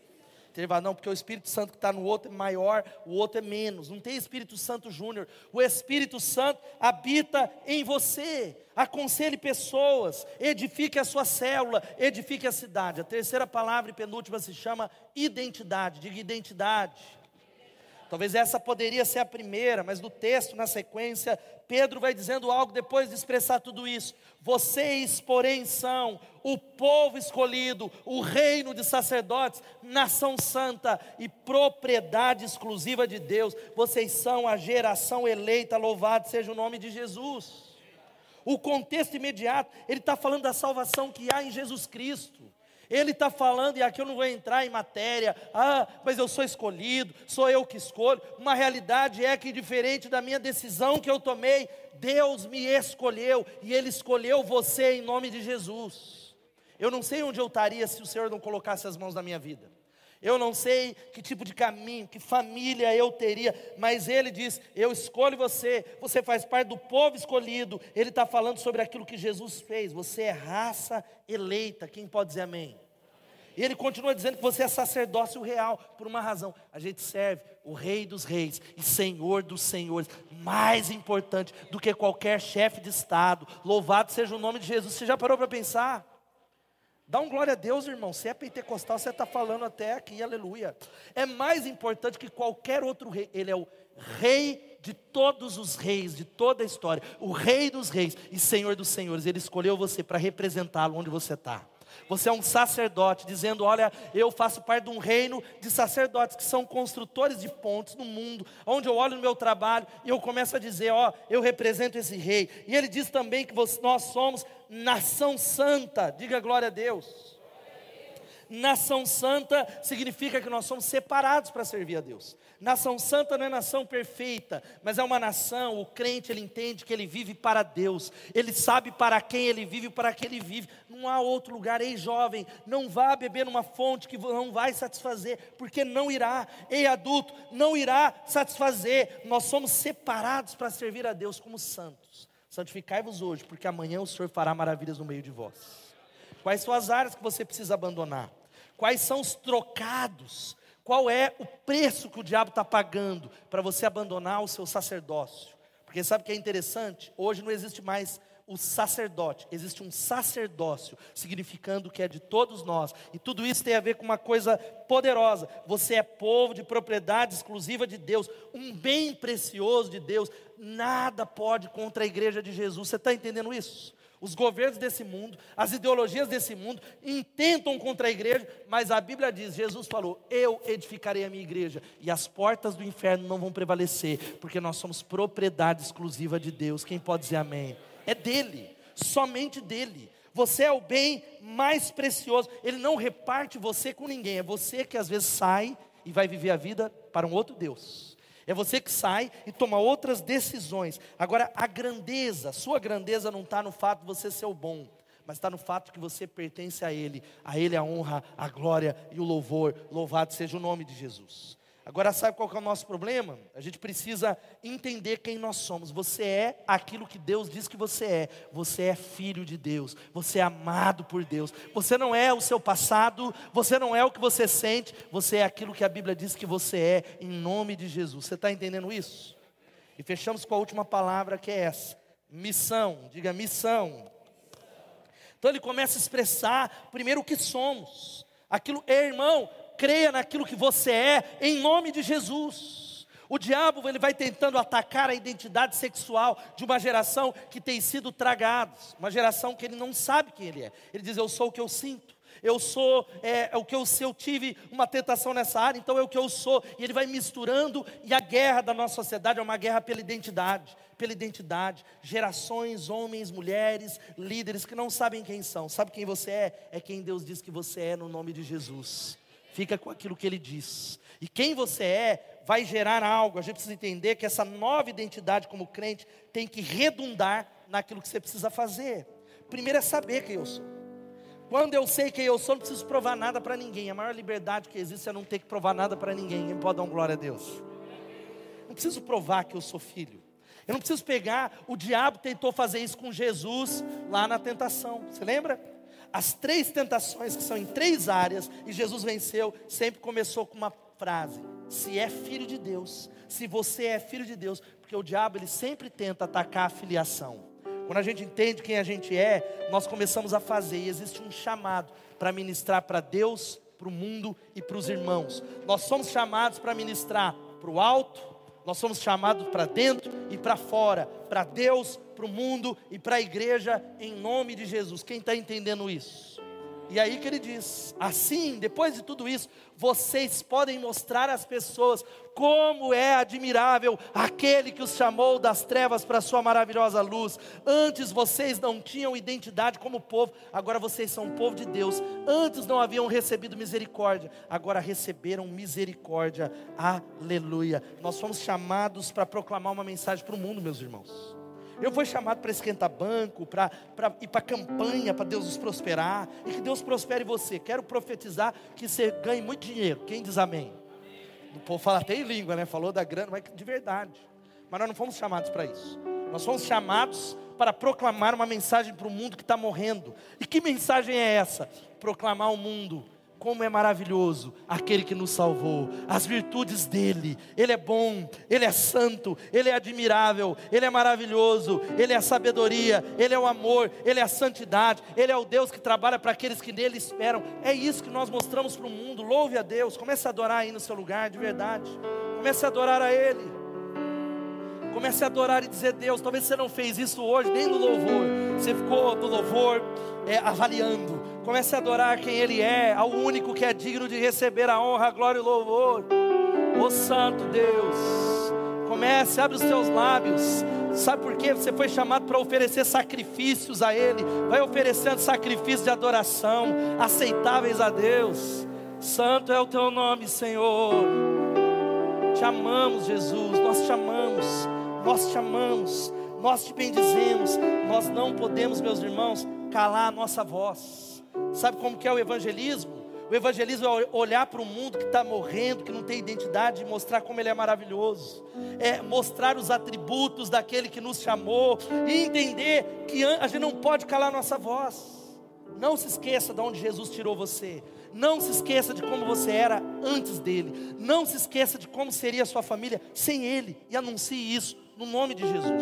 Ele vai, não, porque o Espírito Santo que está no outro é maior, o outro é menos. Não tem Espírito Santo Júnior. O Espírito Santo habita em você. Aconselhe pessoas, edifique a sua célula, edifique a cidade. A terceira palavra e penúltima se chama identidade. Diga identidade. Talvez essa poderia ser a primeira, mas no texto, na sequência, Pedro vai dizendo algo depois de expressar tudo isso. Vocês, porém, são o povo escolhido, o reino de sacerdotes, nação santa e propriedade exclusiva de Deus. Vocês são a geração eleita, louvado seja o nome de Jesus. O contexto imediato, ele está falando da salvação que há em Jesus Cristo. Ele está falando, e aqui eu não vou entrar em matéria, ah, mas eu sou escolhido, sou eu que escolho. Uma realidade é que, diferente da minha decisão que eu tomei, Deus me escolheu, e Ele escolheu você em nome de Jesus. Eu não sei onde eu estaria se o Senhor não colocasse as mãos na minha vida. Eu não sei que tipo de caminho, que família eu teria, mas Ele diz, eu escolho você, você faz parte do povo escolhido. Ele está falando sobre aquilo que Jesus fez, você é raça eleita, quem pode dizer amém? E Ele continua dizendo que você é sacerdócio real, por uma razão, a gente serve o Rei dos Reis e Senhor dos Senhores, mais importante do que qualquer chefe de Estado. Louvado seja o nome de Jesus. Você já parou para pensar? Dá um glória a Deus, irmão. Se é pentecostal, você está falando até aqui, aleluia. É mais importante que qualquer outro rei. Ele é o rei de todos os reis, de toda a história. O Rei dos Reis e Senhor dos Senhores. Ele escolheu você para representá-lo onde você está. Você é um sacerdote, dizendo, olha, eu faço parte de um reino de sacerdotes, que são construtores de pontes no mundo, onde eu olho no meu trabalho, e eu começo a dizer, ó, eu represento esse rei. E ele diz também que você, nós somos nação santa, diga glória a Deus. Nação santa significa que nós somos separados para servir a Deus. Nação santa não é nação perfeita, mas é uma nação, o crente ele entende que ele vive para Deus. Ele sabe para quem ele vive e para que ele vive. Não há outro lugar. Ei jovem, não vá beber numa fonte que não vai satisfazer, porque não irá. Ei adulto, não irá satisfazer. Nós somos separados para servir a Deus como santos. Santificai-vos hoje, porque amanhã o Senhor fará maravilhas no meio de vós. Quais são as áreas que você precisa abandonar? Quais são os trocados? Qual é o preço que o diabo está pagando para você abandonar o seu sacerdócio? Porque sabe o que é interessante? Hoje não existe mais o sacerdote, existe um sacerdócio, significando que é de todos nós. E tudo isso tem a ver com uma coisa poderosa. Você é povo de propriedade exclusiva de Deus, um bem precioso de Deus. Nada pode contra a igreja de Jesus. Você está entendendo isso? Os governos desse mundo, as ideologias desse mundo intentam contra a igreja, mas a Bíblia diz, Jesus falou, eu edificarei a minha igreja e as portas do inferno não vão prevalecer, porque nós somos propriedade exclusiva de Deus. Quem pode dizer amém? É dele, somente dele. Você é o bem mais precioso. Ele não reparte você com ninguém. É você que às vezes sai e vai viver a vida para um outro Deus. É você que sai e toma outras decisões. Agora, a grandeza, sua grandeza não está no fato de você ser o bom, mas está no fato que você pertence a Ele. A Ele a honra, a glória e o louvor. Louvado seja o nome de Jesus. Agora, sabe qual que é o nosso problema? A gente precisa entender quem nós somos. Você é aquilo que Deus diz que você é. Você é filho de Deus. Você é amado por Deus. Você não é o seu passado. Você não é o que você sente. Você é aquilo que a Bíblia diz que você é, em nome de Jesus. Você está entendendo isso? E fechamos com a última palavra, que é essa: missão. Diga missão. Então ele começa a expressar primeiro o que somos. Aquilo, é, irmão, creia naquilo que você é, em nome de Jesus. O diabo ele vai tentando atacar a identidade sexual de uma geração que tem sido tragada, uma geração que ele não sabe quem ele é. Ele diz, eu sou o que eu sinto, eu sou é, é o que eu, se eu tive uma tentação nessa área, então é o que eu sou. E ele vai misturando, e a guerra da nossa sociedade é uma guerra pela identidade, pela identidade. Gerações, homens, mulheres, líderes que não sabem quem são. Sabe quem você é? É quem Deus diz que você é, no nome de Jesus. Fica com aquilo que Ele diz. E quem você é vai gerar algo. A gente precisa entender que essa nova identidade como crente tem que redundar naquilo que você precisa fazer. Primeiro é saber quem eu sou. Quando eu sei quem eu sou, não preciso provar nada para ninguém. A maior liberdade que existe é não ter que provar nada para ninguém. Quem pode dar uma glória a Deus? Não preciso provar que eu sou filho. Eu não preciso pegar, o diabo tentou fazer isso com Jesus lá na tentação. Você lembra? As três tentações que são em três áreas e Jesus venceu, sempre começou com uma frase: se é filho de Deus, se você é filho de Deus. Porque o diabo, ele sempre tenta atacar a filiação. Quando a gente entende quem a gente é, nós começamos a fazer, e existe um chamado para ministrar para Deus, para o mundo e para os irmãos. Nós somos chamados para ministrar para o alto, nós somos chamados para dentro e para fora, para Deus, para o mundo e para a igreja, em nome de Jesus. Quem está entendendo isso? E aí que ele diz, assim, depois de tudo isso, vocês podem mostrar às pessoas como é admirável aquele que os chamou das trevas para a sua maravilhosa luz. Antes vocês não tinham identidade como povo, agora vocês são povo de Deus. Antes não haviam recebido misericórdia, agora receberam misericórdia. Aleluia. Nós fomos chamados para proclamar uma mensagem para o mundo, meus irmãos. Eu fui chamado para esquentar banco, para ir para a campanha, para Deus nos prosperar, e que Deus prospere você. Quero profetizar que você ganhe muito dinheiro. Quem diz amém? O povo fala até em língua, né? Falou da grana, mas de verdade. Mas nós não fomos chamados para isso. Nós fomos chamados para proclamar uma mensagem para o mundo que está morrendo. E que mensagem é essa? Proclamar ao mundo como é maravilhoso aquele que nos salvou, as virtudes dele. Ele é bom, ele é santo, ele é admirável, ele é maravilhoso, ele é a sabedoria, ele é o amor, ele é a santidade, ele é o Deus que trabalha para aqueles que nele esperam. É isso que nós mostramos para o mundo. Louve a Deus, comece a adorar aí no seu lugar, de verdade. Comece a adorar a ele. Comece a adorar e dizer: Deus, talvez você não fez isso hoje, nem no louvor. Você ficou no louvor é, avaliando. Comece a adorar quem Ele é, ao único que é digno de receber a honra, a glória e o louvor. Ô Santo Deus, comece, abre os teus lábios. Sabe por quê? Você foi chamado para oferecer sacrifícios a Ele. Vai oferecendo sacrifícios de adoração, aceitáveis a Deus. Santo é o teu nome, Senhor. Te amamos, Jesus, nós te amamos, nós te amamos, nós te bendizemos. Nós não podemos, meus irmãos, calar a nossa voz. Sabe como que é o evangelismo? O evangelismo é olhar para o mundo que está morrendo, que não tem identidade, e mostrar como ele é maravilhoso. É mostrar os atributos daquele que nos chamou, e entender que a gente não pode calar a nossa voz. Não se esqueça de onde Jesus tirou você. Não se esqueça de como você era antes dele. Não se esqueça de como seria a sua família sem ele. E anuncie isso no nome de Jesus.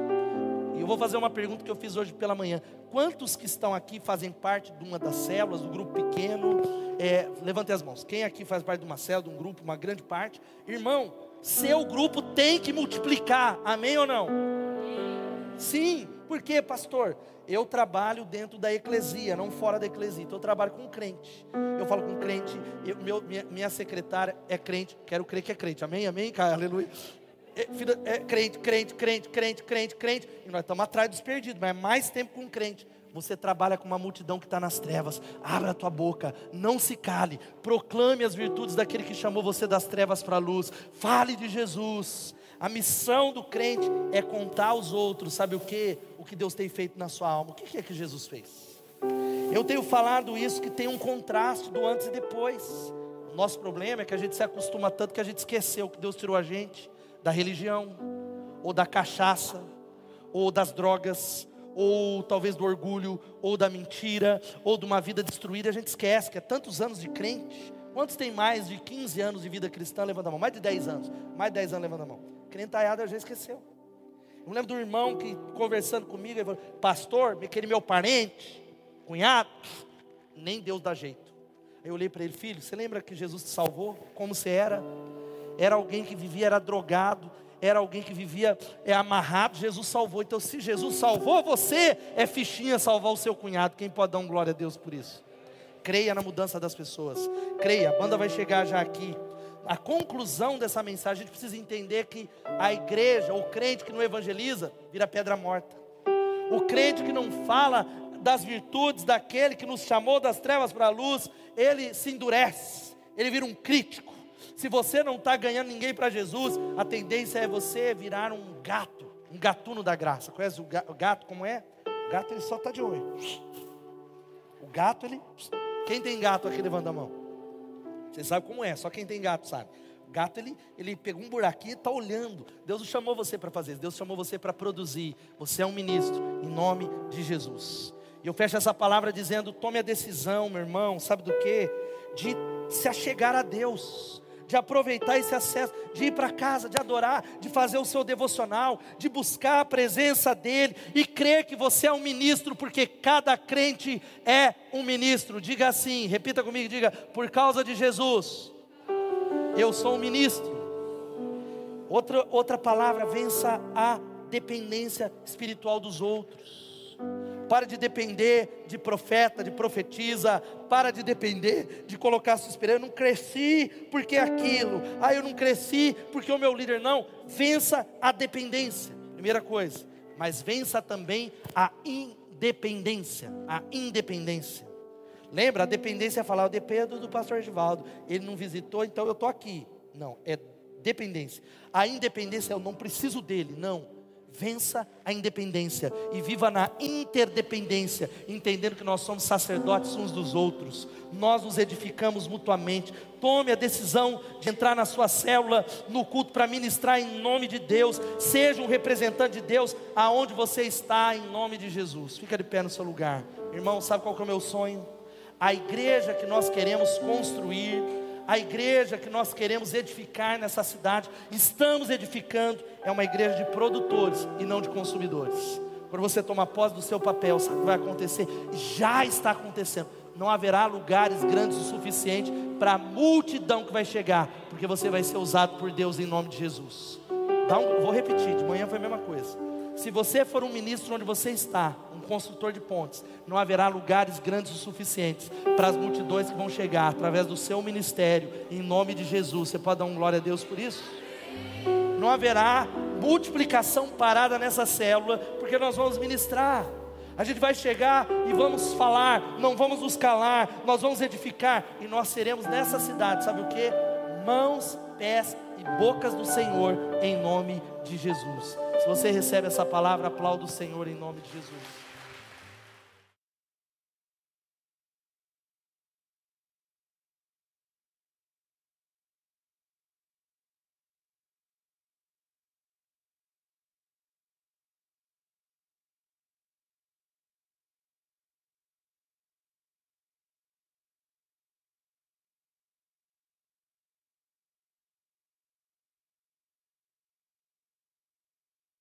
E eu vou fazer uma pergunta que eu fiz hoje pela manhã. Quantos que estão aqui fazem parte de uma das células, do grupo pequeno? É, levantem as mãos. Quem aqui faz parte de uma célula, de um grupo, uma grande parte? Irmão, seu grupo tem que multiplicar. Amém ou não? Sim. Por quê, pastor? Eu trabalho dentro da eclesia, não fora da eclesia. Então eu trabalho com crente. Eu falo com crente. Eu, meu, minha, minha secretária é crente. Quero crer que é crente. Amém? Amém, cara? Aleluia. É, filho, é crente, crente, crente, crente, crente, crente. E nós estamos atrás dos perdidos. Mas é mais tempo com crente. Você trabalha com uma multidão que está nas trevas. Abra a tua boca, não se cale. Proclame as virtudes daquele que chamou você das trevas para a luz. Fale de Jesus. A missão do crente é contar aos outros, sabe o que? O que Deus tem feito na sua alma. O que é que Jesus fez? Eu tenho falado isso, que tem um contraste do antes e depois. O nosso problema é que a gente se acostuma tanto que a gente esqueceu que Deus tirou a gente da religião, ou da cachaça, ou das drogas, ou talvez do orgulho, ou da mentira, ou de uma vida destruída. A gente esquece que é tantos anos de crente. Quantos tem mais de quinze anos de vida cristã? Levanta a mão. Mais de dez anos. Mais de dez anos, levanta a mão. Crentaiada já esqueceu. Eu me lembro do irmão que conversando comigo, ele falou: pastor, aquele meu parente, cunhado, nem Deus dá jeito. Aí eu olhei para ele: filho, você lembra que Jesus te salvou? Como você era? Era alguém que vivia, era drogado, era alguém que vivia é, amarrado. Jesus salvou. Então se Jesus salvou você, é fichinha salvar o seu cunhado. Quem pode dar um glória a Deus por isso? Creia na mudança das pessoas. Creia, a banda vai chegar já aqui. A conclusão dessa mensagem, a gente precisa entender que a igreja, o crente que não evangeliza, vira pedra morta. O crente que não fala das virtudes daquele que nos chamou das trevas para a luz, ele se endurece, ele vira um crítico. Se você não está ganhando ninguém para Jesus, a tendência é você virar um gato, um gatuno da graça. Conhece o gato como é? O gato ele só está de olho. O gato, ele... Quem tem gato aqui, levanta a mão. Você sabe como é, só quem tem gato sabe. O gato, ele, ele pegou um buraquinho e está olhando. Deus não chamou você para fazer isso, Deus chamou você para produzir. Você é um ministro, em nome de Jesus. E eu fecho essa palavra dizendo, tome a decisão, meu irmão, sabe do quê? De se achegar a Deus, de aproveitar esse acesso, de ir para casa, de adorar, de fazer o seu devocional, de buscar a presença dEle e crer que você é um ministro, porque cada crente é um ministro. Diga assim, repita comigo, diga, por causa de Jesus, eu sou um ministro. Outra, outra palavra, vença a dependência espiritual dos outros. Para de depender de profeta, de profetisa. Para de depender de colocar sua esperança. Eu não cresci porque aquilo. Ah, eu não cresci porque o meu líder não. Vença a dependência, primeira coisa. Mas vença também a independência. A independência. Lembra, a dependência é falar, eu dependo do pastor Edivaldo. Ele não visitou, então eu estou aqui. Não, é dependência. A independência é eu não preciso dele, não. Vença a independência e viva na interdependência, entendendo que nós somos sacerdotes uns dos outros. Nós nos edificamos mutuamente. Tome a decisão de entrar na sua célula, no culto, para ministrar em nome de Deus. Seja um representante de Deus aonde você está, em nome de Jesus. Fica de pé no seu lugar. Irmão, sabe qual que é o meu sonho? A igreja que nós queremos construir, a igreja que nós queremos edificar nessa cidade, estamos edificando, é uma igreja de produtores e não de consumidores. Quando você toma posse do seu papel, sabe o que vai acontecer? Já está acontecendo. Não haverá lugares grandes o suficiente para a multidão que vai chegar, porque você vai ser usado por Deus em nome de Jesus. Dá um, vou repetir, de manhã foi a mesma coisa. Se você for um ministro onde você está, um construtor de pontes, não haverá lugares grandes o suficientes para as multidões que vão chegar através do seu ministério, em nome de Jesus. Você pode dar um glória a Deus por isso? Não haverá multiplicação parada nessa célula, porque nós vamos ministrar. A gente vai chegar e vamos falar, não vamos nos calar, nós vamos edificar, e nós seremos nessa cidade, sabe o que? Mãos, pés e bocas do Senhor, em nome de Jesus. Se você recebe essa palavra, aplauda o Senhor em nome de Jesus.